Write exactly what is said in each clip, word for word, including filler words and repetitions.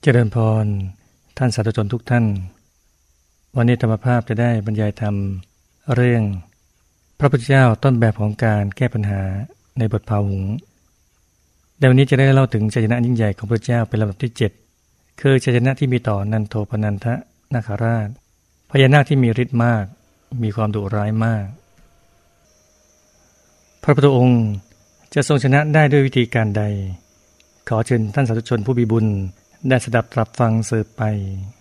เจริญพรท่านสาธุชนทุกท่านวันนี้ธรรมภาพจะได้บรรยายธรรมเรื่องพระพุทธเจ้าต้นแบบของการแก้ปัญหาในบทพาหุงค์ในวันนี้จะได้เล่าถึงชัยชนะยิ่งใหญ่ของพระเจ้าเป็นลำดับที่เจ็ดคือชัยชนะที่มีต่อนันโทปนันทนาคราชพญานาคที่มีฤทธิ์มากมีความดุร้ายมากพระพุทธองค์จะทรงชนะได้ด้วยวิธีการใดขอเชิญท่านสาธุชนผู้มีบุญได้สดับตรับฟังสืบไป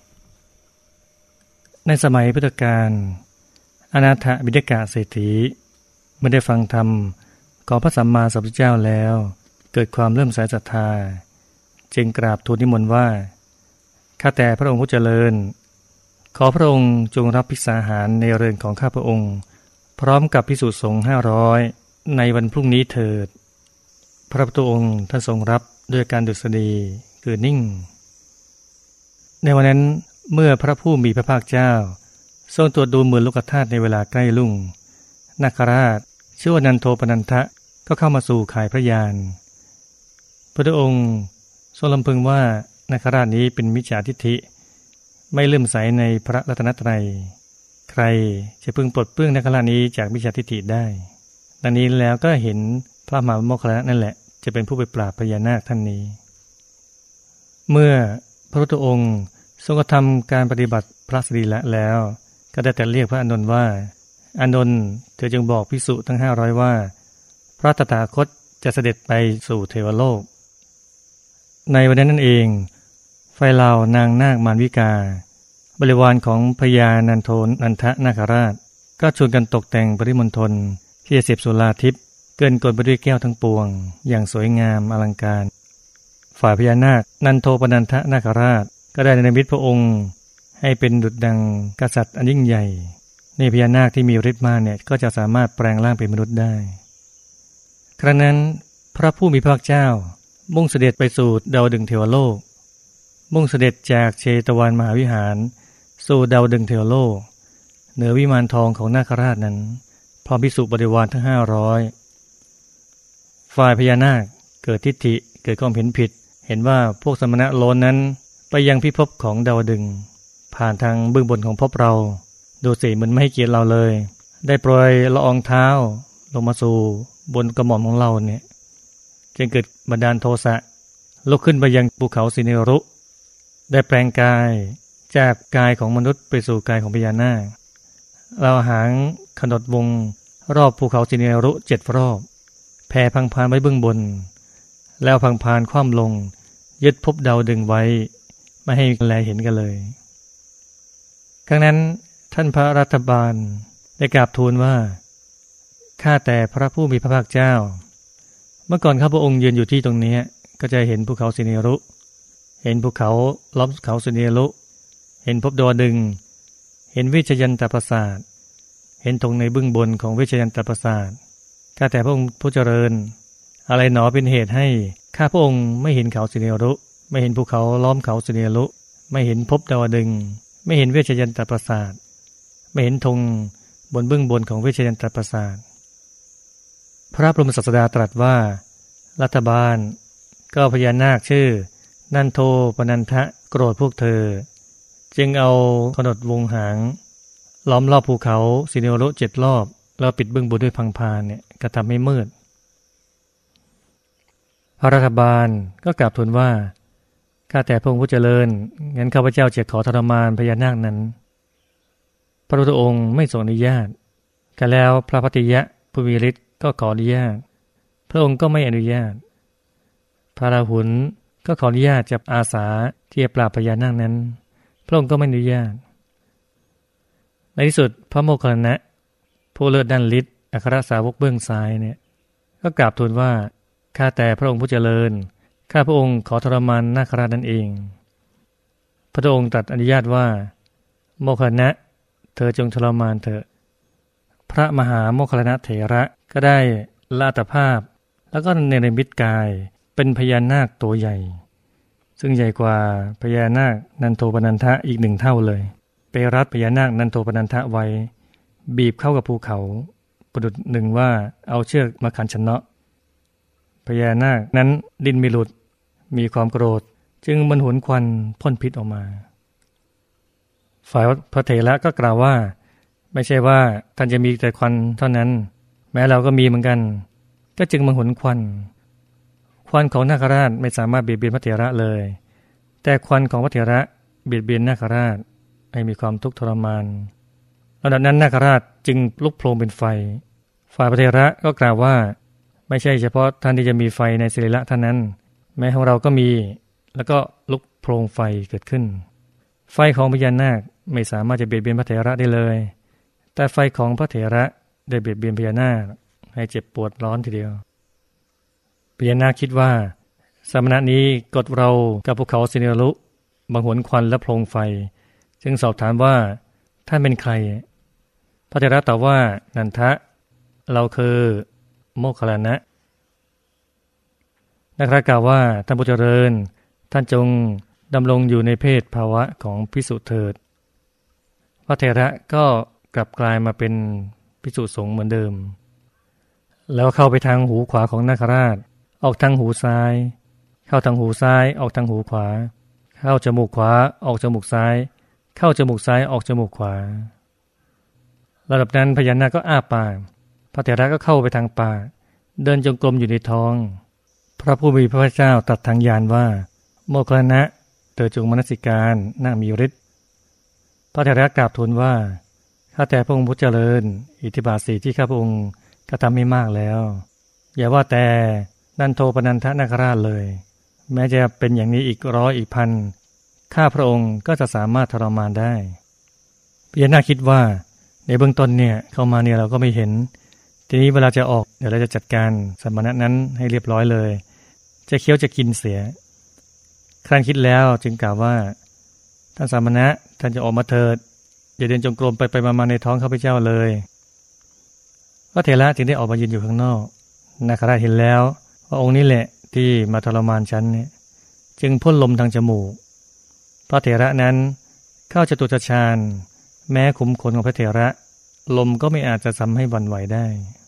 ในสมัยพุทธกาลอนาถบิณฑิกะเศรษฐีเมื่อได้ฟังธรรมของพระสัมมาสัมพุทธเจ้าแล้วเกิดความเลื่อมใสศรัทธาจึงกราบทูลนิมนต์ว่าข้าแต่พระองค์ผู้เจริญขอพระองค์จงรับภิกษาหารในเรือนของข้าพระองค์พร้อมกับภิกษุสงฆ์ห้าร้อยในวันพรุ่งนี้เถิดพระพุทธองค์ท่านทรงรับด้วยการดุษฎีคือนิ่งในวันนั้นเมื่อพระผู้มีพระภาคเจ้าทรงตรวจดูหมื่นโลกธาตุในเวลาใกล้รุ่งนาคราชชื่อว่านันโทปนันทะก็เข้ามาสู่ข่ายพระยานพระองค์ทรงลำพึงว่านาคราชนี้เป็นมิจฉาทิฏฐิไม่เลื่อมใสในพระรัตนตรัยใครจะพึงปลดเปลื้องนาคราชนี้จากมิจฉาทิฏฐิได้ดังนี้แล้วก็เห็นพระมหาโมคคัลลานะนั่นแหละจะเป็นผู้ไปปราบพญานาคท่านนี้เมื่อพระพุทธองค์ทรงกระทำการปฏิบัติพระสรีระแล้วก็ได้แต่เรียกพระอานนท์ว่าอานนท์เธอจงบอกภิกษุทั้งห้าร้อยว่าพระตถาคตจะเสด็จไปสู่เทวโลกในวันนั้นนั่นเองไฟเหล่านางนาคมารวิกาบริวารของพญานันโทนันทนาคราชก็ชวนกันตกแต่งปริมณฑลที่จะเสพสุราทิพย์เกินกลไปด้วยแก้วทั้งปวงอย่างสวยงามอลังการฝ่ายพญานาคนันโทปนันทนาคราชก็ได้นิมิตพระองค์ให้เป็นดุจดังกษัตริย์อันยิ่งใหญ่ในพญานาคที่มีฤทธิ์มากเนี่ยก็จะสามารถแปลงร่างเป็นมนุษย์ได้ครั้งนั้นพระผู้มีพระภาคเจ้ามุ่งเสด็จไปสู่ดาวดึงส์เทวโลกมุ่งเสด็จจากเชตวันมหาวิหารสู่ดาวดึงส์เทวโลกเหนือวิมานทองของนาคราชนั้นพร้อมภิกษุบริวารทั้งห้าร้อยฝ่ายพญานาคเกิดทิฏฐิเกิดความเห็นผิดเห็นว่าพวกสมณะโลนนั้นไปยังพิภพของดาวดึงส์ผ่านทางเบื้องบนของภพเราดูสิมันไม่ให้เกียรติเราเลยได้โปรยละอองเท้าลงมาสู่บนกระหม่อมของเราเนี่ยจึงเกิดบันดาลโทสะลุกขึ้นไปยังภูเขาสิเนรุได้แปลงกายจากกายของมนุษย์ไปสู่กายของพญานาคเราหางขนดวงรอบภูเขาสิเนรุเจ็ดรอบแผ่พังพานไว้เบื้องบนแล้วพังพานคว่ำลงยึดภพดาวดึงไว้ไม่ให้แลเห็นกันเลยครั้งนั้นท่านพระรัฐบาลได้กราบทูลว่าข้าแต่พระผู้มีพระภาคเจ้าเมื่อก่อนข้าพระองค์ยืนอยู่ที่ตรงนี้ก็จะเห็นภูเขาสิเนรุเห็นภูเขาล้อมเขาสิเนรุเห็นภพดาวดึงเห็นเวชยันตปราสาทเห็นธงในเบื้องบนของเวชยันตปราสาทข้าแต่พระองค์ผู้เจริญอะไรหนอเป็นเหตุให้ข้าพระองค์ไม่เห็นเขาสิเนรุไม่เห็นภูเขาล้อมเขาสิเนรุไม่เห็นภพดาวดึงไม่เห็นเวชยันตปราสาทไม่เห็นธงบนเบื้องบนของเวชยันตปราสาทพระบรมศาสดาตรัสว่ารัฐบาลก็พญานาคชื่อนันโทปนันทะโกรธพวกเธอจึงเอาขนดวงหางล้อมรอบภูเขาสิเนรุเจ็ดรอบแล้วปิดเบื้องบนด้วยพังพานเนี่ยก็ทำให้มืดพระรัฐบาลก็กราบทูลว่าข้าแต่พระองค์ผู้เจริญงั้นข้าพเจ้าจะขอทรมานพญานาคนั้นพระพุทธองค์ไม่ทรงอนุญาตกันแล้วพระภัตติยะผู้มีฤทธิ์ก็ขออนุญาตพระองค์ก็ไม่อนุญาตพระราหุลก็ขออนุญาตจะอาสาที่จะปราบพญานาคนั้นพระองค์ก็ไม่อนุญาตในที่สุดพระโมคคัลลานะผู้เลิศด้านฤทธิ์อัครสาวกเบื้องซ้ายเนี่ยก็กราบทูลว่าข้าแต่พระองค์ผู้เจริญข้าพระองค์ขอทรมานนาคราชนั่นเองพระองค์ตรัสอนุญาตว่าโมคคัลลานะเธอจงทรมานเถอะพระมหาโมคคัลลานะเถระก็ได้ละอัตภาพแล้วก็เนรมิตกายเป็นพญานาคตัวใหญ่ซึ่งใหญ่กว่าพญานาคนันโทปนันทะอีกหนึ่งเท่าเลยไปรัดพญานาคนันโทปนันทะไว้บีบเข้ากับภูเขาประดุจหนึ่งว่าเอาเชือกมาขันชนะพญานาคนั้นดิ้นไม่หลุดมีความโกรธจึงมันหุนควันพ่นพิษออกมาฝ่ายพระเถระก็กล่าวว่าไม่ใช่ว่าท่านจะมีแต่ควันเท่านั้นแม้เราก็มีเหมือนกันก็จึงมันหุนควันควันของนาคราชไม่สามารถเบียดเบียนพระเถระเลยแต่ควันของพระเถระเบียดเบียนนาคราชให้มีความทุกข์ทรมานลำดับนั้นนาคราชจึงลุกโผล่เป็นไฟฝ่ายพระเถระก็กล่าวว่าไม่ใช่เฉพาะท่านที่จะมีไฟในศีละเท่านั้นแม้ของเราก็มีแล้วก็ลุกโผล่ไฟเกิดขึ้นไฟของพญานาคไม่สามารถจะเบียดเบียนพระเถระได้เลยแต่ไฟของพระเถระได้เบียดเบียนพญานาคให้เจ็บปวดร้อนทีเดียวพญานาคคิดว่าสมณะนี้กดเรากับภูเขาสิเนรุบังหวนควันและโพลงไฟจึงสอบถามว่าท่านเป็นใครพระเถระตอบว่านันทะเราคือโมคคัลลานะนักราชกล่าวว่าท่านผู้เจริญท่านจงดำรงอยู่ในเพศภาวะของภิกษุเถิดพระเถระก็กลับกลายมาเป็นภิกษุสงฆ์เหมือนเดิมแล้วเข้าไปทางหูขวาของนาคราชออกทางหูซ้ายเข้าทางหูซ้ายออกทางหูขวาเข้าจมูกขวาออกจมูกซ้ายเข้าจมูกซ้ายออกจมูกขวาระดับนั้นพญานาคก็อ้าปากพระเถระก็เข้าไปทางปากเดินจงกรมอยู่ในท้องพระผู้มีพระภาคเจ้าตรัสทางญาณว่าโมคคัลลานะเธอจงมนสิการน่ามีฤทธิ์พระเถระกราบทูลว่าข้าแต่พระองค์ผู้เจริญอิทธิบาทสี่ที่ข้าพระองค์กระทำไม่มากแล้วอย่าว่าแต่นันโทปนันทนาคราชเลยแม้จะเป็นอย่างนี้อีกร้อยอีกพันข้าพระองค์ก็จะสามารถทรมานได้พญานาคคิดว่าในเบื้องต้นเนี่ยเข้ามาเนี่ยเราก็ไม่เห็นทีนี้เวลาจะออกเดี๋ยวเราจะจัดการสมณะนั้นให้เรียบร้อยเลยจะเคี้ยวจะกินเสียครั้นคิดแล้วจึงกล่าวว่าท่านสมณะท่านจะออกมาเถิดอย่าเดินจงกรมไปไปมาในท้องข้าพเจ้าเลยพระเถระจึงได้ออกมายืนอยู่ข้างนอกนาคราชเห็นแล้วว่าองค์นี้แหละที่มาทรมานฉันเนี่ยจึงพ่นลมทางจมูกพระเถระนั้นเข้าจตุตฌานแม้ขุมขนของพระเถระลมก็ไม่อาจจะทำให้หวั่นไหวได้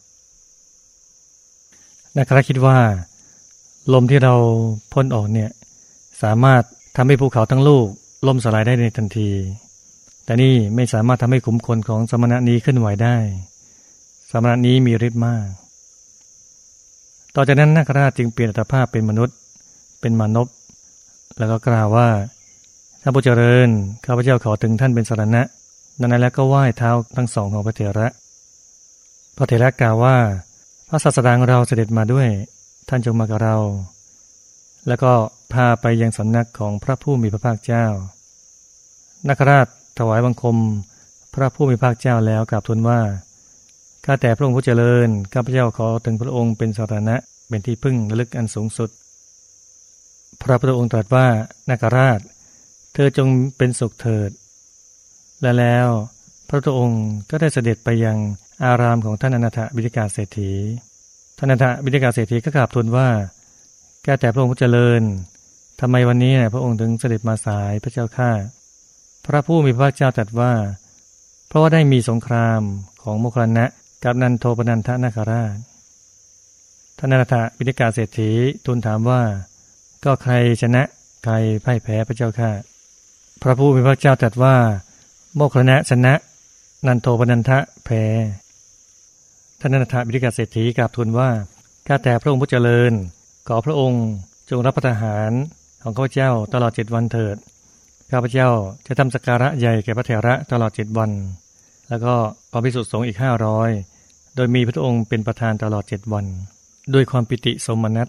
นาคราชคิดว่าลมที่เราพ่นออกเนี่ยสามารถทำให้ภูเขาทั้งลูกล่มสลายได้ในทันทีแต่นี่ไม่สามารถทำให้ขุมขนของสมณะนี้เคลื่อนไหวได้สมณะนี้มีฤทธิ์มากต่อจากนั้นนาคราชจึงเปลี่ยนอัตภาพเป็นมนุษย์เป็นมานพแล้วก็กล่าวว่าท่านผู้เจริญข้าพเจ้าขอถึงท่านเป็นสรณะนั้นแล้วก็ไหว้เท้าทั้งสองของพระเถระพระเถระกล่าวว่าพระศาสดาของเราเสด็จมาด้วยท่านจงมากับเราแล้วก็พาไปยังสำนักของพระผู้มีพระภาคเจ้านาคราชถวายบังคมพระผู้มีพระภาคเจ้าแล้วกราบทูลว่าข้าแต่พระองค์ผู้เจริญข้าพเจ้าขอถึงพระองค์เป็นสรณะเป็นที่พึ่งระลึกอันสูงสุดพระพุทธองค์ตรัสว่านาคราชเธอจงเป็นสุขเถิดและแล้วพระพุทธองค์ก็ได้เสด็จไปยังอารามของท่านอนาถบิณฑิกาเศรษฐีท่านอนาถบิณฑิกาเศรษฐีก็กราบทูลว่าข้าแต่พระองค์ผู้เจริญทำไมวันนี้พระองค์ถึงเสด็จมาสายพระเจ้าข้าพระผู้มีพระภาคเจ้าตรัสว่าเพราะว่าได้มีสงครามของโมคคัลลานะกับนันโทปนันทนาคราชท่านอนาถบิณฑิกาเศรษฐีทูลถามว่าก็ใครชนะใครพ่ายแพ้พระเจ้าข้าพระผู้มีพระภาคเจ้าตรัสว่าโมคคัลลานะชนะนันโทปนันทะแพ้ท่านอนาถบิณฑิกาเศรษฐีกราบทูลว่าข้าแต่พระองค์ผู้เจริญขอพระองค์จงรับประทานอาหารของข้าพเจ้าตลอดเจ็ดวันเถิดข้าพเจ้าจะทำสักการะใหญ่แก่พระเถระตลอดเจ็ดวันแล้วก็พระภิกษุสงฆ์อีกห้าร้อยโดยมีพระองค์เป็นประธานตลอดเจ็ดวันด้วยความปิติโสมนัส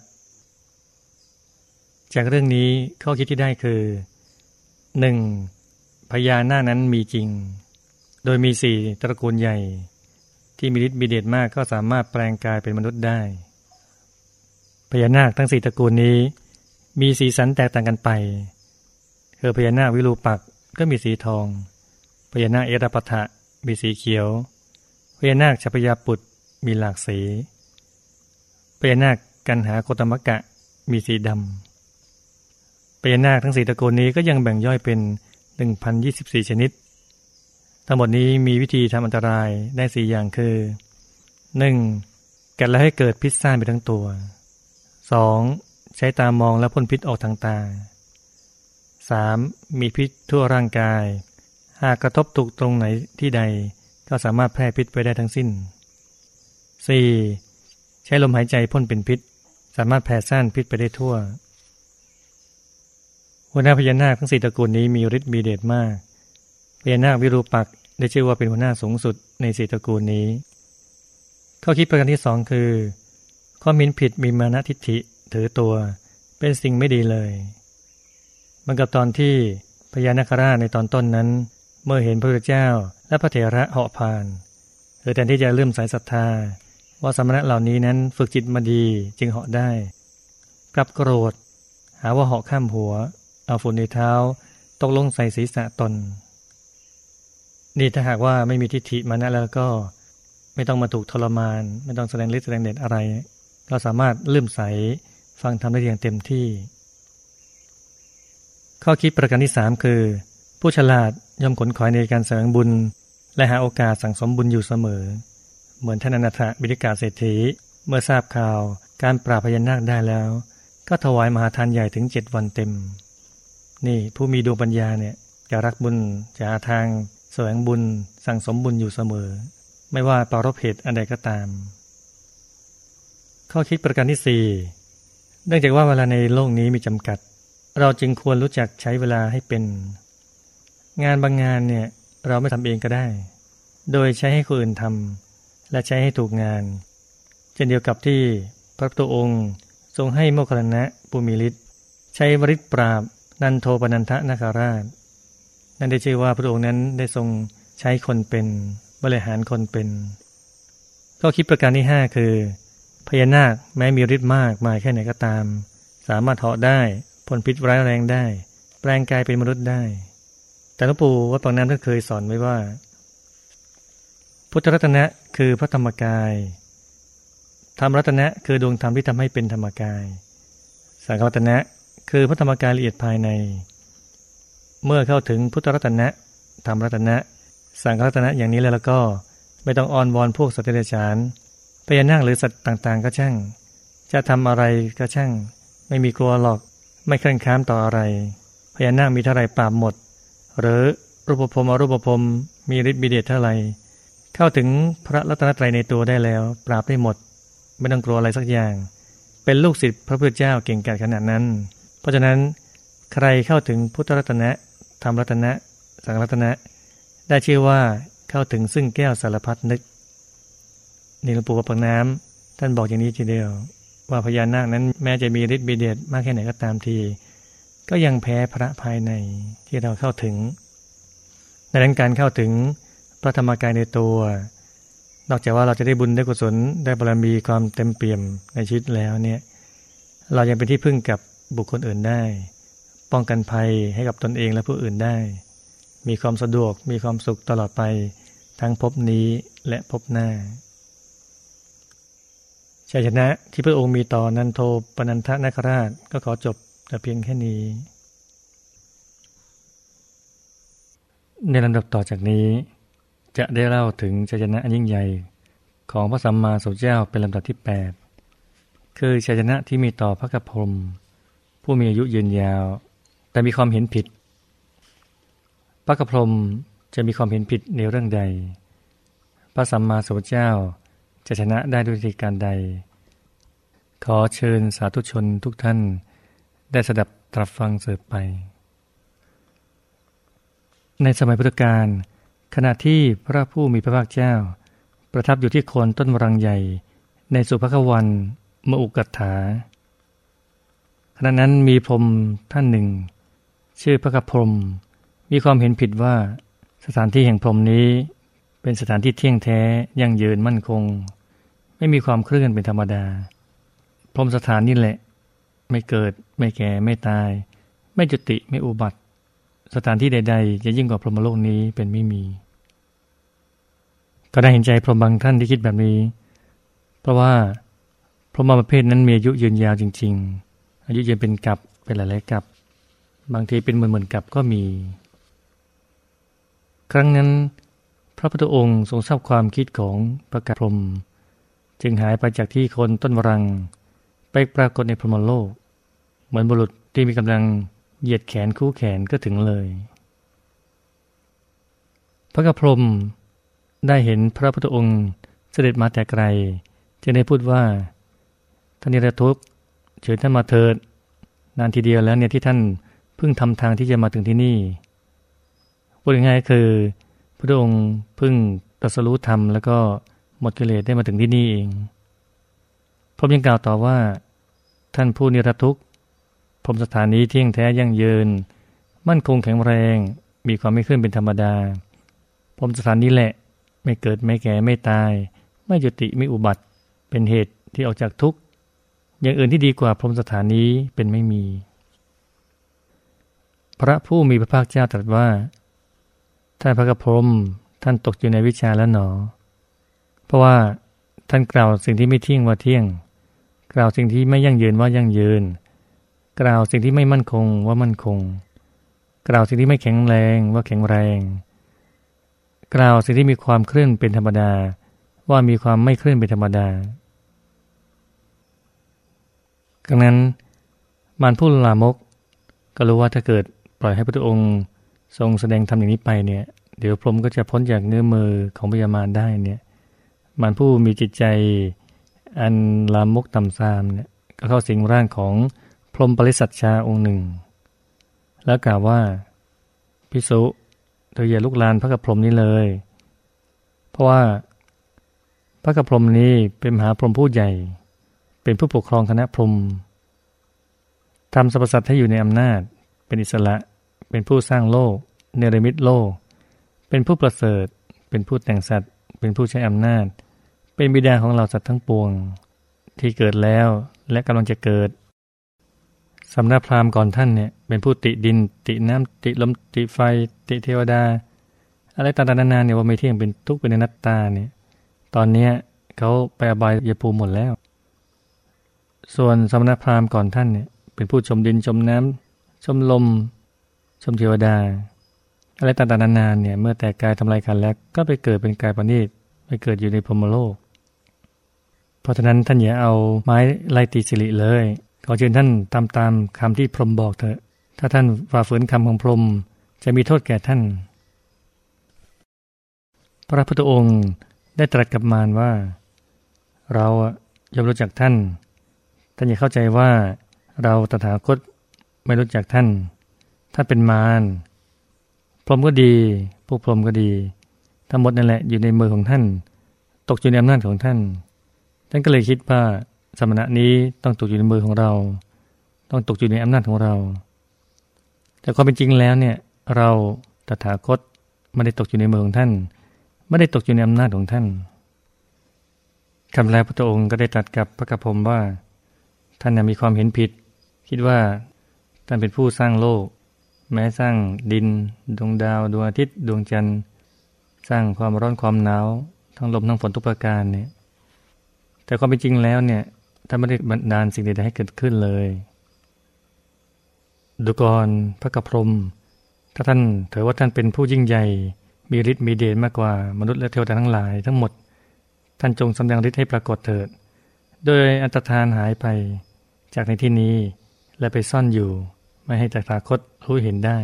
จากเรื่องนี้ข้อคิดที่ได้คือ หนึ่ง. พญานาคนั้นมีจริงโดยมีสี่ตระกูลใหญ่ที่มีฤทธิ์มีเดชมากก็สามารถแปลงกายเป็นมนุษย์ได้พญานาคทั้งสี่ตระกูลนี้มีสีสันแตกต่างกันไปคือพญานาควิรูปักษ์ก็มีสีทองพญานาคเอราปทะมีสีเขียวพญานาคชัพยาปุตรมีหลากสีพญานาคกันหาโคตมกะมีสีดำพญานาคทั้งสี่ตระกูลนี้ก็ยังแบ่งย่อยเป็น หนึ่งพันยี่สิบสี่ ชนิดทั้งหมดนี้มีวิธีทำอันตรายได้สี่อย่างคือ หนึ่ง. กัดแล้วให้เกิดพิษซ่านไปทั้งตัว สอง. ใช้ตามองและพ่นพิษออกทางตาสามมีพิษทั่วร่างกายหากกระทบถูกตรงไหนที่ใดก็สามารถแพร่พิษไปได้ทั้งสิ้น สี่ใช้ลมหายใจพ่นเป็นพิษสามารถแผ่ซ่านพิษไปได้ทั่วหัวหน้าพญานาคทั้งสี่ตระกูลนี้มีฤทธิ์มีเดชมากพญานาควิรูปักษ์ได้ชื่อว่าเป็นหัวหน้าสูงสุดในสี่ตระกูลนี้ข้อคิดประการที่สองคือความเห็นผิดมีมานะทิฏฐิถือตัวเป็นสิ่งไม่ดีเลยเหมือนกับตอนที่พญานาคราชในตอนต้นนั้นเมื่อเห็นพระพุทธเจ้าและพระเถระเหาะผ่านหรือแทนที่จะเลื่อมใสศรัทธาว่าสมณะเหล่านี้นั้นฝึกจิตมาดีจึงเหาะได้กลับโกรธหาว่าเหาะข้ามหัวเอาฝุ่นในเท้าตกลงใส่ศีรษะตนนี่ถ้าหากว่าไม่มีทิฏฐิมานะแล้วก็ไม่ต้องมาถูกทรมานไม่ต้องแสดงฤทธิ์แสดงเดชอะไรก็สามารถเลื่อมใสฟังธรรมได้อย่างเต็มที่ข้อคิดประการที่สามคือผู้ฉลาดย่อมขนขวายในการแสวงบุญและหาโอกาสสั่งสมบุญอยู่เสมอเหมือนท่านอนาถบิณฑิกาเศรษฐีเมื่อทราบข่าวการปราบพญานาคได้แล้วก็ถวายมหาทานใหญ่ถึงเจ็ดวันเต็มนี่ผู้มีดวงปัญญาเนี่ยจะรักบุญจะหาทางแสวงบุญสั่งสมบุญอยู่เสมอไม่ว่าปรารภเหตุอันใดก็ตามข้อคิดประการที่สี่เนื่องจากว่าเวลาในโลกนี้มีจำกัดเราจึงควรรู้จักใช้เวลาให้เป็นงานบางงานเนี่ยเราไม่ทำเองก็ได้โดยใช้ให้คนอื่นทำและใช้ให้ถูกงานเช่นเดียวกับที่พระพุทธองค์ทรงให้โมคคัลลานะผู้มีฤทธิ์ใช้วริษปราบนันโทปนันทนาคราชนั่นได้ชื่อว่าพระองค์นั้นได้ทรงใช้คนเป็นบริหารคนเป็นก็คิดประการที่ห้าคือพญานาคแม้มีฤทธิ์มากมายแค่ไหนก็ตามสามารถเหาะได้พ่นพิษร้ายแรงได้แปลงกายเป็นมนุษย์ได้แต่หลวงปู่วัดปากน้ำท่านเคยสอนไว้ว่าพุทธรัตนะคือพระธรรมกายธรรมรัตนะคือดวงธรรมที่ทำให้เป็นธรรมกายสังฆรัตนะคือพระธรรมกายละเอียดภายในเมื่อเข้าถึงพุทธรัตนะธรรมรัตนะสังฆรัตนะอย่างนี้แล้วก็ไม่ต้องอ้อนวอนพวกสัตว์เดรัจฉานพญานาคหรือสัตว์ต่างๆก็ช่างจะทำอะไรก็ช่างไม่มีกลัวหรอกไม่เคร่งคร้ามต่ออะไรพญานาคมีเท่าไรปราบหมดหรือรูปภพอรูปภพมีฤทธิ์มีเดชเท่าไรเข้าถึงพระรัตนตรัยในตัวได้แล้วปราบได้หมดไม่ต้องกลัวอะไรสักอย่างเป็นลูกศิษย์พระพุทธเจ้าเก่งกาจขนาดนั้นเพราะฉะนั้นใครเข้าถึงพุทธรัตนะธรรมรัตนะสังฆรัตนะได้ชื่อว่าเข้าถึงซึ่งแก้วสารพัดนึกนี่หลวงปู่วัดปากน้ำท่านบอกอย่างนี้ทีเดียวว่าพญานาคนั้นแม้จะมีฤทธิ์มีเดชมากแค่ไหนก็ตามทีก็ยังแพ้พระภายในที่เราเข้าถึงดังนั้นการเข้าถึงพระธรรมกายในตัวนอกจากว่าเราจะได้บุญได้กุศลได้บารมีความเต็มเปี่ยมในชีวิตแล้วเนี่ยเรายังเป็นที่พึ่งกับบุคคลอื่นได้ป้องกันภัยให้กับตนเองและผู้อื่นได้มีความสะดวกมีความสุขตลอดไปทั้งภพนี้และภพหน้าชัยชนะที่พระองค์มีต่อนันโทปนันทนาคราชก็ขอจบแต่เพียงแค่นี้ในลำดับต่อจากนี้จะได้เล่าถึงชัยชนะอันยิ่งใหญ่ของพระสัมมาสัมพุทธเจ้าเป็นลำดับที่แปดคือชัยชนะที่มีต่อพระกัปพรหมผู้มีอายุยืนยาวแต่มีความเห็นผิดพระกัปพรหมจะมีความเห็นผิดในเรื่องใดพระสัมมาสัมพุทธเจ้าจะชนะได้ด้วยวิธีการใดขอเชิญสาธุชนทุกท่านได้สดับตรับฟังสืบไปในสมัยพุทธกาลขณะที่พระผู้มีพระภาคเจ้าประทับอยู่ที่โคนต้นวรังใหญ่ในสุภควันมอุกัฏฐาขณะนั้นมีพรหมท่านหนึ่งชื่อพระกัปพรหมมีความเห็นผิดว่าสถานที่แห่งพรหมนี้เป็นสถานที่เที่ยงแท้ยั่งยืนมั่นคงไม่มีความเคลื่อนเป็นธรรมดาพรหมสถานนี่แหละไม่เกิดไม่แก่ไม่ตายไม่จุติไม่อุบัติสถานที่ใดๆจะยิ่งกว่าพรหมโลกนี้เป็นไม่มีก็ได้เห็นใจพรหมบางท่านที่คิดแบบนี้เพราะว่าพรหมประเภทนั้นมีอายุยืนยาวจริงๆอายุยืนเป็นกับเป็นหลายๆกับบางทีเป็นหมื่นๆกับก็มีครั้งนั้นพระพุทธองค์ทรงทราบความคิดของพระกัปพรหมจึงหายไปจากที่โคนต้นวรังไปปรากฏในพรหมโลกเหมือนบุรุษที่มีกำลังเหยียดแขนคู่แขนก็ถึงเลยพระกพรหมได้เห็นพระพุทธองค์เสด็จมาแต่ไกลจึงได้พูดว่าท่านนิรทุกข์เชิญท่านมาเถิดนานทีเดียวแล้วเนี่ยที่ท่านเพิ่งทำทางที่จะมาถึงที่นี่พูดง่ายๆคือพระองค์เพิ่งตรัสรู้ธรรมแล้วก็หมดกิเลสได้มาถึงที่นี่เองพระองค์ยังกล่าวต่อว่าท่านผู้นิรทุกข์พรหมสถานนี้เที่ยงแท้ยั่งยืนมั่นคงแข็งแรงมีความไม่เคลื่อนเป็นธรรมดาพรหมสถานนี้แหละไม่เกิดไม่แก่ไม่ตายไม่จุติไม่อุบัติเป็นเหตุที่ออกจากทุกข์อย่างอื่นที่ดีกว่าพรหมสถานนี้เป็นไม่มีพระผู้มีพระภาคเจ้าตรัสว่าท่านพระกพรหมท่านตกอยู่ในวิชาแล้วหนอเพราะว่าท่านกล่าวสิ่งที่ไม่เที่ยงว่าเที่ยงกล่าวสิ่งที่ไม่ยั่งยืนว่ายั่งยืนกล่าวสิ่งที่ไม่มั่นคงว่ามั่นคงกล่าวสิ่งที่ไม่แข็งแรงว่าแข็งแรงกล่าวสิ่งที่มีความเคลื่อนเป็นธรรมดาว่ามีความไม่เคลื่อนเป็นธรรมดาดังนั้นมารผู้ลามกก็รู้ว่าถ้าเกิดปล่อยให้พระพุทธองค์ทรงแสดงธรรมอย่างนี้ไปเนี่ยเดี๋ยวพรหมก็จะพ้นจากเงื้อมือของพญามารได้เนี่ยมารผู้มีจิตใจอันลามกต่ำทรามเนี่ยก็เข้าสิงร่างของพรหมปริสัชชาองค์หนึ่งแล้วกล่าวว่าภิกษุเธออย่าลุกลานพระกพรหมนี้เลยเพราะว่าพระกพรหมนี้เป็นมหาพรหมผู้ใหญ่เป็นผู้ปกครองคณะพรหมทำสรรพสัตว์ให้อยู่ในอำนาจเป็นอิสระเป็นผู้สร้างโลกเนรมิตโลกเป็นผู้ประเสริฐเป็นผู้แต่งสัตว์เป็นผู้ใช้อำนาจเป็นบิดาของเราสัตว์ทั้งปวงที่เกิดแล้วและกำลังจะเกิดสำนักพราหมณ์ก่อนท่านเนี่ยเป็นผู้ติดินติน้ำติลมติไฟติเทวดาอะไรต่างๆนานาเนี่ยว่าไม่เที่ยงเป็นทุกข์เป็นอนัตตาเนี่ยตอนนี้เขาไปอบายภูมิหมดแล้วส่วนสมณพราหมณ์ก่อนท่านเนี่ยเป็นผู้ชมดินชมน้ำชมลมชมเทวดาอะไรต่างๆนานาเนี่ยเมื่อแต่กายทำลายกันแล้วก็ไปเกิดเป็นกายประณีตไปเกิดอยู่ในพรหมโลกเพราะฉะนั้นท่านอย่าเอาไม้ไล่ตีสิริเลยขอเชิญท่านตามตามคำที่พรหมบอกเถอะถ้าท่านฝ่าฝืนคำของพรหมจะมีโทษแก่ท่านพระพุทธองค์ได้ตรัสกับมารว่าเราย่อมรู้จักท่านท่านอย่าเข้าใจว่าเราตถาคตไม่รู้จักท่านท่านเป็นมารพรหมก็ดีพวกพรหมก็ดีทั้งหมดนั่นแหละอยู่ในมือของท่านตกอยู่ในอำนาจของท่านท่านก็เลยคิดว่าสมณะนี้ต้องตกอยู่ในมือของเราต้องตกอยู่ในอำนาจของเราแต่ความเป็นจริงแล้วเนี่ยเราตถาคตไม่ได้ตกอยู่ในมือของท่านไม่ได้ตกอยู่ในอำนาจของท่านคำแรกพระองค์ก็ได้ตรัสกับพระกพรหมว่าท่านมีความเห็นผิดคิดว่าท่านเป็นผู้สร้างโลกแม้สร้างดินดวงดาวดวงอาทิตย์ดวงจันทร์สร้างความร้อนความหนาวทั้งลมทั้งฝนทุกประการเนี่ยแต่ความเป็นจริงแล้วเนี่ยท่านไม่ได้บันดาลสิ่งใดๆให้เกิดขึ้นเลยดูก่อนพระกพรหมถ้าท่านถือว่าท่านเป็นผู้ยิ่งใหญ่มีฤทธิ์มีเดชมากกว่ามนุษย์และเทวดาทั้งหลายทั้งหมดท่านจงแสดงฤทธิ์ให้ปรากฏเถิดโดยอันตรธานหายไปจากในที่นี้และไปซ่อนอยู่ไม่ให้ตถาคตรู้เห็นได้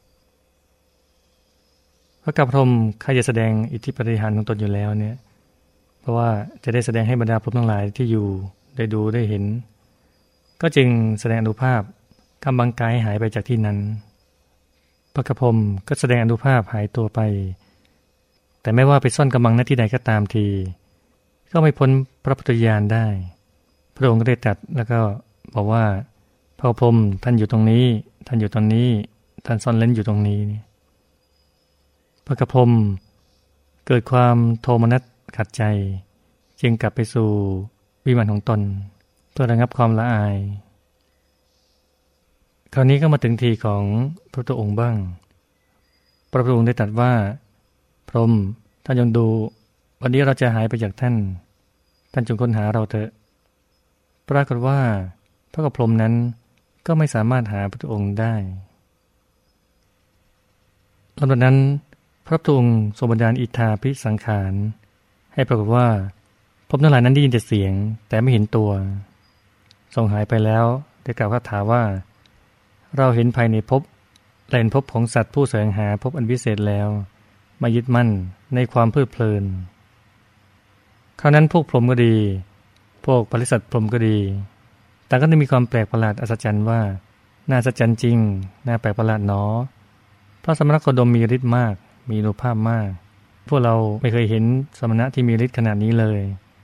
พระกพรหมใครจะแสดงอิทธิปาฏิหาริย์ของตนอยู่แล้วเนี่ยเพราะว่าจะได้แสดงให้บรรดาพรหมทั้งหลายที่อยู่ได้ดูได้เห็นก็จึงแสดงอนุภาพกำบังกายหายไปจากที่นั้นพระกพรหมก็แสดงอนุภาพหายตัวไปแต่ไม่ว่าไปซ่อนกำบังณที่ใดก็ตามทีก็ไม่พ้นพระพุทธญาณได้พระองค์ก็ได้ตรัสแล้วก็บอกว่าพระพรหมท่านอยู่ตรงนี้ท่านอยู่ตรงนี้ท่านซ่อนเร้นอยู่ตรงนี้พระกพรหมเกิดความโทมนัสขัดใจจึงกลับไปสู่วิมานของตนเพื่อระงับความละอายคราวนี้ก็มาถึงทีของพระพุทธองค์บ้างพระพุทธองค์ได้ตรัสว่าพรหมท่านจงดูวันนี้เราจะหายไปจากท่านท่านจงค้นหาเราเถอะปรากฏว่าพระกพรหมนั้นก็ไม่สามารถหาพระพุทธองค์ได้ตอนนั้นพระพุทธองค์ทรงบันดาลอิทธาภิสังขารให้ปรากฏว่าพรหมทั้งหลายนั้นได้ยินแต่เสียงแต่ไม่เห็นตัวทรงหายไปแล้วได้กล่าวคาถาว่าเราเห็นภายในภพและเห็นภพของสัตว์ผู้แสวงหาภพอันวิเศษแล้วมายึดมั่นในความเพลิดเพลินคราวนั้นพวกพรหมก็ดีพวกปริสัตพรหมก็ดีแต่ก็ได้มีความแปลกประหลาดอัศจรรย์ว่าน่าอัศจรรย์จริงน่าแปลกประหลาดหนอพระสมณโคดมมีฤทธิ์มากมีอานุภาพมากพวกเราไม่เคยเห็นสมณะที่มีฤทธิ์ขนาดนี้เลย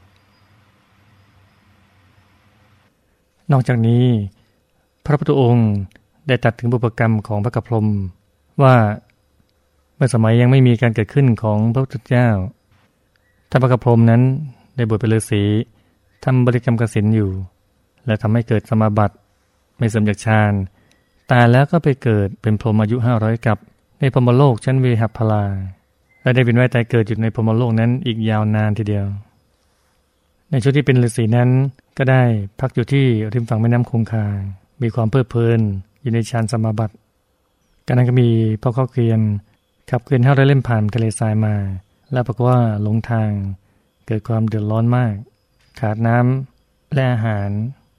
นอกจากนี้พระพุทธองค์ได้ตรัสถึงบุพกรรมของพระกัปพรหมว่าเมื่อสมัยยังไม่มีการเกิดขึ้นของพระพุทธเจ้าท่านพระกัปพรหมนั้นได้บวชเป็นฤาษีทำบริกรรมกสิณอยู่และทำให้เกิดสมาบัติไม่เสื่อมจากฌานตายแล้วก็ไปเกิดเป็นพรหมอายุห้าร้อยกับในพรหมโลกชั้นเวหัพพลาและได้เป็นว่ายตายเกิดอยู่ในพรหมโลกนั้นอีกยาวนานทีเดียวในช่วงที่เป็นฤาษีนั้นก็ได้พักอยู่ที่ริมฝั่งแม่น้ำคงคามีความเพลิดเพลินอยู่ในฌานสมาบัติการนั้นก็มีพ่อข้าวเกวียนขับเกวียนห้าร้อยเล่มผ่านทะเลทรายมาแล้วปรากฏว่าหลงทางเกิดความเดือดร้อนมากขาดน้ำและอาหาร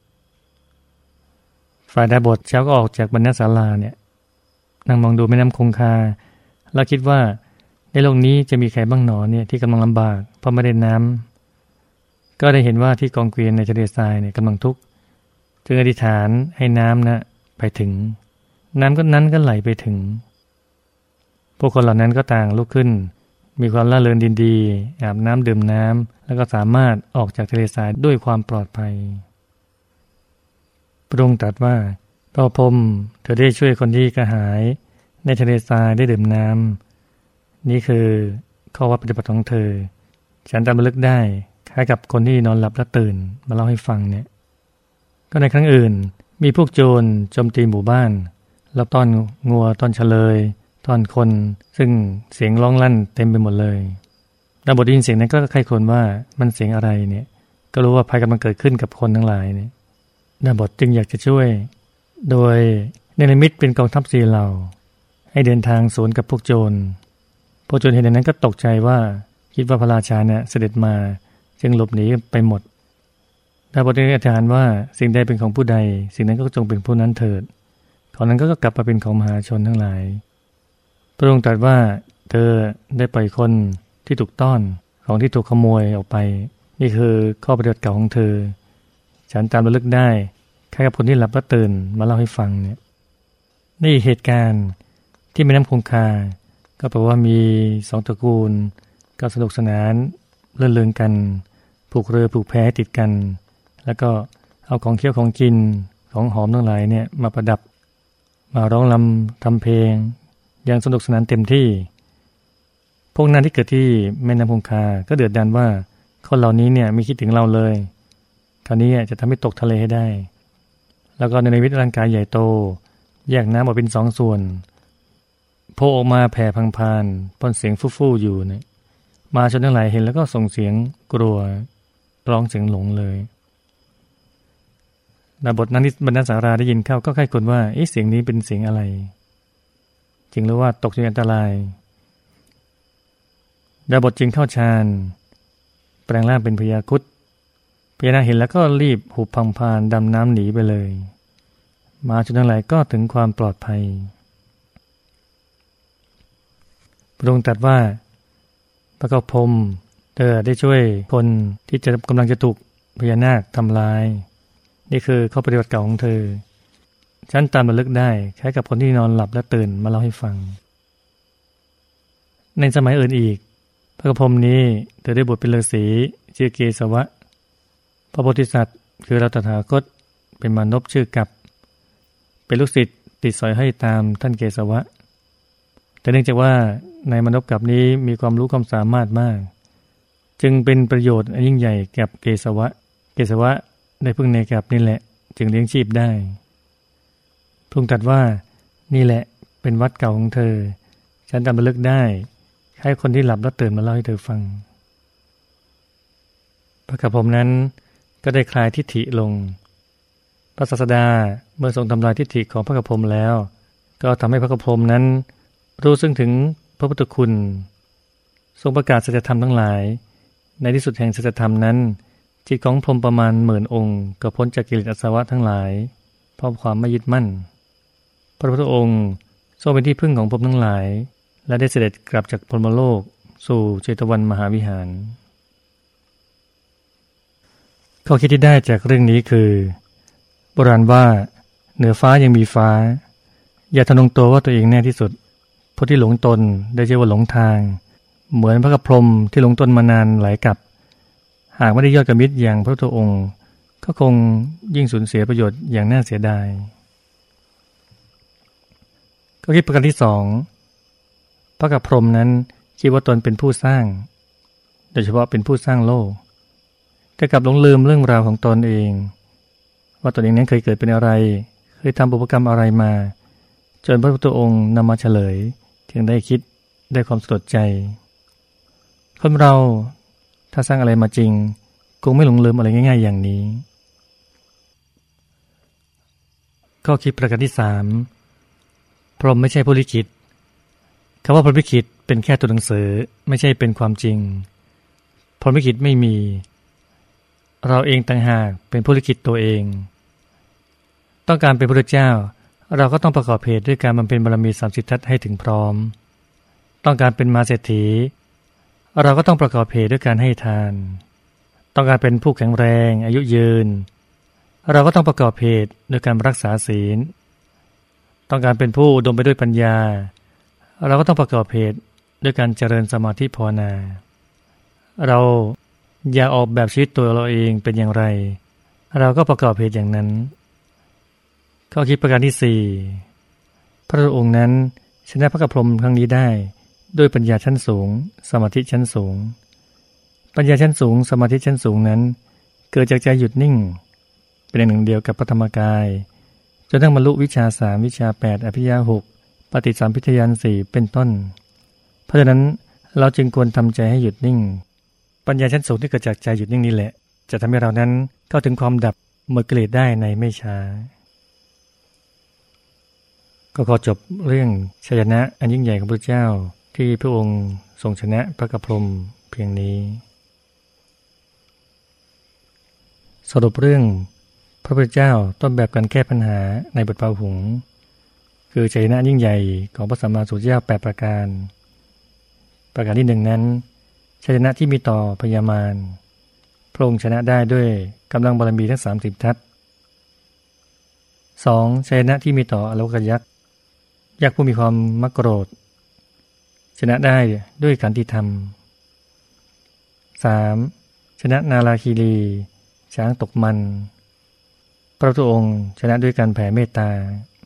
ฝ่ายดาบทเช้าก็ออกจากบรรณศาลาเนี่ยนั่งมองดูแม่น้ำคงคาแล้วคิดว่าในโลกนี้จะมีใครบ้างหนอเนี่ยที่กำลังลำบากเพราะไม่ได้น้ำก็ได้เห็นว่าที่กองเกวียนในทะเลทรายเนี่ยกำลังทุกข์จึงอธิษฐานให้น้ำนะไปถึงน้ำก็นั้นก็ไหลไปถึงพวกคนเหล่านั้นก็ต่างลุกขึ้นมีความร่าเริงดินดีอาบน้ำดื่มน้ำแล้วก็สามารถออกจากทะเลทรายด้วยความปลอดภัยพระองค์ตรัสว่าพระพรหมเธอได้ช่วยคนที่กระหายในทะเลทรายได้ดื่มน้ำนี่คือข้อวัดปฏิบัติของเธอฉันจำระลึกได้คล้ายกับคนที่นอนหลับแล้วตื่นมาเล่าให้ฟังเนี่ยก็ในครั้งอื่นมีพวกโจรโจมตีหมู่บ้านแล้วต้อนงัวต้อนเฉลยต้อนคนซึ่งเสียงร้องลั่นเต็มไปหมดเลยดาบทได้ยินเสียงนั้นก็ใคร่ครวญว่ามันเสียงอะไรเนี่ยก็รู้ว่าภัยกำลังเกิดขึ้นกับคนทั้งหลายเนี่ยดาบทจึงอยากจะช่วยโดยเนรมิตเป็นกองทัพสี่เหล่าให้เดินทางสวนกับพวกโจรพวกโจรเห็นอย่างนั้นก็ตกใจว่าคิดว่าพระราชาเนี่ยเสด็จมาจึงหลบหนีไปหมดดาบทได้อธิษฐานว่าสิ่งใดเป็นของผู้ใดสิ่งนั้นก็จงเป็นผู้นั้นเถิดของนั้นก็กลับมาเป็นของมหาชนทั้งหลายพระองค์ตรัสว่าเธอได้ปล่อยคนที่ถูกต้อนของที่ถูกขโมยออกไปนี่คือข้อปฏิบัติเก่าของเธอฉันตามระลึกได้ใครกับคนที่หลับแล้วตื่นมาเล่าให้ฟังเนี่ยนี่เหตุการณ์ที่แม่น้ำคงคาก็แปลว่ามีสองตระกูลก็สนุกสนานเลื่อนเลืองกันผูกเรือผูกแพติดกันแล้วก็เอาของเคี้ยวของกินของหอมทั้งหลายเนี่ยมาประดับมาร้องรำทำเพลงอย่างสนุกสนานเต็มที่พวกนั้นที่เกิดที่แม่น้ำคงคาก็เดือดดันว่าคนเหล่านี้เนี่ยไม่คิดถึงเราเลยคราวนี้จะทำให้ตกทะเลให้ได้แล้วก็ในวิทยาการใหญ่โตแยกน้ำออกเป็นสองส่วนโผล่ออกมาแผ่พังพานป้อนเสียงฟู่ๆอยู่เนี่ยมาชนทั้งหลายเห็นแล้วก็ส่งเสียงกลัวร้องเสียงหลงเลยดาบทนั้นที่บรรณศาลาได้ยินเข้าก็ใคร่ครวญว่าเอ๊ะเสียงนี้เป็นเสียงอะไรจึงรู้ว่าตกอยู่ในอันตรายดาบทจึงเข้าฌานแปลงร่างเป็นพญาครุฑพญานาคเห็นแล้วก็รีบหุบพังพานดำน้ำหนีไปเลยมาชนทั้งหลายก็ถึงความปลอดภัยพระองค์ตรัสว่าพระกัปพรหมเธอได้ช่วยคนที่จะกำลังจะถูกพญานาคทำลายนี่คือข้อปฏิบัติเก่าของเธอฉันตามระลึกได้คล้ายกับคนที่นอนหลับและตื่นมาเล่าให้ฟังในสมัยอื่นอีกพระกัปพรหมนี้เธอได้บวชเป็นฤาษีชื่อเกสวะพระโพธิสัตว์คือเราตถาคตเป็นมานพชื่อกัปเป็นลูกศิษย์ติดสอยห้อยตามท่านเกสวะแต่เนื่องจากว่าในมานพกัปนี้มีความรู้ความสามารถมากจึงเป็นประโยชน์อันยิ่งใหญ่แก่เกสวะเกสวะได้พึ่งในกัปนี่แหละจึงเลี้ยงชีพได้พระองค์ตรัสว่านี่แหละเป็นวัดเก่าของเธอฉันจำระลึกได้ให้คนที่หลับแล้วตื่นมาเล่าให้เธอฟังพระกัปพรหมนั้นก็ได้คลายทิฏฐิลงพระศาสดาเมื่อทรงทำลายทิฏฐิของพระกัปพรหมแล้วก็ทำให้พระกัปพรหมนั้นรู้ซึ่งถึงพระพุทธคุณทรงประกาศสัจธรรมทั้งหลายในที่สุดแห่งสัจธรรมนั้นจิตของพรหมประมาณหมื่นองค์ก็พ้นจากกิเลสอาสวะทั้งหลายเพราะความไม่ยึดมั่นพระพุทธองค์ทรงเป็นที่พึ่งของพรหมทั้งหลายและได้เสด็จกลับจากพรหมโลกสู่เชตวันมหาวิหารข้อคิดที่ได้จากเรื่องนี้คือโบราณว่าเหนือฟ้ายังมีฟ้าอย่าทะนงตัวว่าตัวเองแน่ที่สุดผู้ที่หลงตนได้ชื่อว่าหลงทางเหมือนพระกพรหมที่หลงตนมานานหลายกับหากไม่ได้ยอดกมิตรอย่างพระพุทธองค์ก็คงยิ่งสูญเสียประโยชน์อย่างน่าเสียดายก็คิดประการที่สองพระกพรหมนั้นคิดว่าตนเป็นผู้สร้างโดยเฉพาะเป็นผู้สร้างโลกแต่กลับหลงลืมเรื่องราวของตนเองว่าตนเองนั้นเคยเกิดเป็นอะไรเคยทำบุพกรรมอะไรมาจนพระพุทธองค์นำมาเฉลยจึงได้คิดได้ความสลดใจคนเราถ้าสร้างอะไรมาจริงคงไม่หลงลืมอะไรง่ายๆอย่างนี้ข้อคิดประการที่สามพรหมไม่ใช่ผู้ลิขิตคำว่าพรหมลิขิตเป็นแค่ตัวหนังสือไม่ใช่เป็นความจริงพรหมลิขิตไม่มีเราเองต่างหากเป็นผู้ลิขิตตัวเองต้องการเป็นพระพุทธเจ้าเราก็ต้องประกอบเหตุด้วยการบำเพ็ญบารมีสามสิบทัศน์ให้ถึงพร้อมต้องการเป็นมหาเศรษฐีเราก็ต้องประกอบเหตุด้วยการให้ทานต้องการเป็นผู้แข็งแรงอายุยืนเราก็ต้องประกอบเหตุด้วยการรักษาศีลต้องการเป็นผู้อุดมไปด้วยปัญญาเราก็ต้องประกอบเหตุด้วยการเจริญสมาธิภาวนาเราอย่าออกแบบชีวิตตัวเราเองเป็นอย่างไรเราก็ประกอบเหตุอย่างนั้นข้อคิดประการที่สี่พระองค์นั้นชนะพระกพรหมครั้งนี้ได้ด้วยปัญญาชั้นสูงสมาธิชั้นสูงปัญญาชั้นสูงสมาธิชั้นสูงนั้นเกิดจากใจหยุดนิ่งเป็นอย่างหนึ่งเดียวกับพระธรรมกายจนทั้งบรรลุวิชาสามวิชาแปดอภิญญาหกปฏิสัมภิทญาณสี่เป็นต้นเพราะฉะนั้นเราจึงควรทำใจให้หยุดนิ่งปัญญาชั้นสูงที่เกิดจากใจหยุดนิ่งนี่แหละจะทำให้เรานั้นเข้าถึงความดับหมดกิเลสได้ในไม่ช้าก็ขอจบเรื่องชัยชนะอันยิ่งใหญ่ของพระเจ้าที่พระองค์ทรงชนะพระกพรหมเพียงนี้สรุปเรื่องพระพุทธเจ้าต้นแบบการแก้ปัญหาในบทพาหุงคือชัยชนะยิ่งใหญ่ของพระสัมมาสัมพุทธเจ้าแปดประการประการที่หนึ่งนั้นชัยชนะที่มีต่อพญามารพระองค์ชนะได้ด้วยกำลังบารมีทั้งสามสิบทัศน์สองชัยชนะที่มีต่ออโลกยักษ์ยักษ์ผู้มีความมักโกรธชนะได้ด้วยขันติธรรมสามชนะนาราคีรีช้างตกมันพระพุทธองค์ชนะด้วยการแผ่เมตตา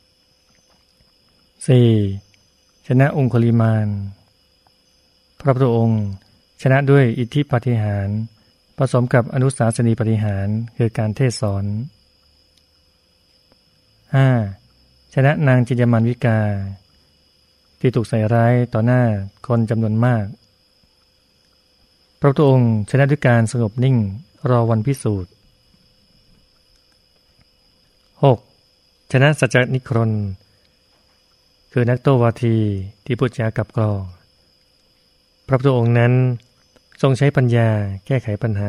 สี่ชนะองคุลิมานพระพุทธองค์ชนะด้วยอิทธิปาฏิหาริย์ผสมกับอนุสาสนีปาฏิหาริย์คือการเทศสอนห้าชนะนางจิญญมารวิกาที่ถูกใส่ร้ายต่อหน้าคนจำนวนมากพระพุทธองค์ชนะด้วยการสงบนิ่งรอวันพิสูจน์หกชนะสัจจนิครนคือนักโต้วาทีที่พูดจากับกรอกพระพุทธองค์นั้นทรงใช้ปัญญาแก้ไขปัญหา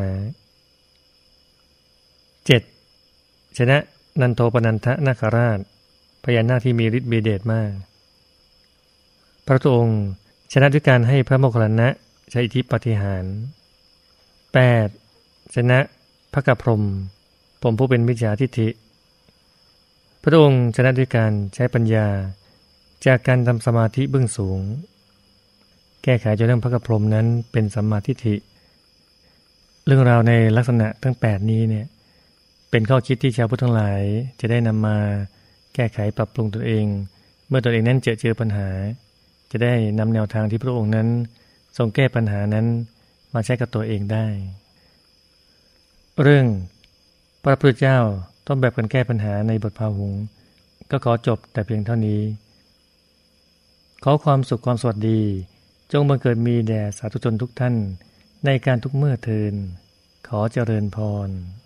เจ็ดชนะนันโทปนันทนาคราชพญานาคที่มีฤทธิ์มีเดชมากพระพุทธองค์ชนะด้วยการให้พระโมคคัลลานะใช้อิทธิปาฏิหาริย์แปดชนะพระกพรหมพรหมผู้เป็นมิจฉาทิฏฐิพระองค์ชนะด้วยการใช้ปัญญาจากการทำสมาธิเบื้องสูงแก้ไขจนเรื่องพระกพรหมนั้นเป็นสัมมาทิฏฐิเรื่องราวในลักษณะทั้งแปดนี้เนี่ยเป็นข้อคิดที่ชาวพุทธทั้งหลายจะได้นำมาแก้ไขปรับปรุงตนเองเมื่อตนเองนั้นเจอเจอปัญหาจะได้นำแนวทางที่พระองค์นั้นทรงแก้ปัญหานั้นมาใช้กับตัวเองได้เรื่องพระพุทธเจ้าต้นแบบการแก้ปัญหาในบทพาหุงก็ขอจบแต่เพียงเท่านี้ขอความสุขความสวัสดีจงบังเกิดมีแด่สาธุชนทุกท่านในการทุกเมื่อเทินขอเจริญพร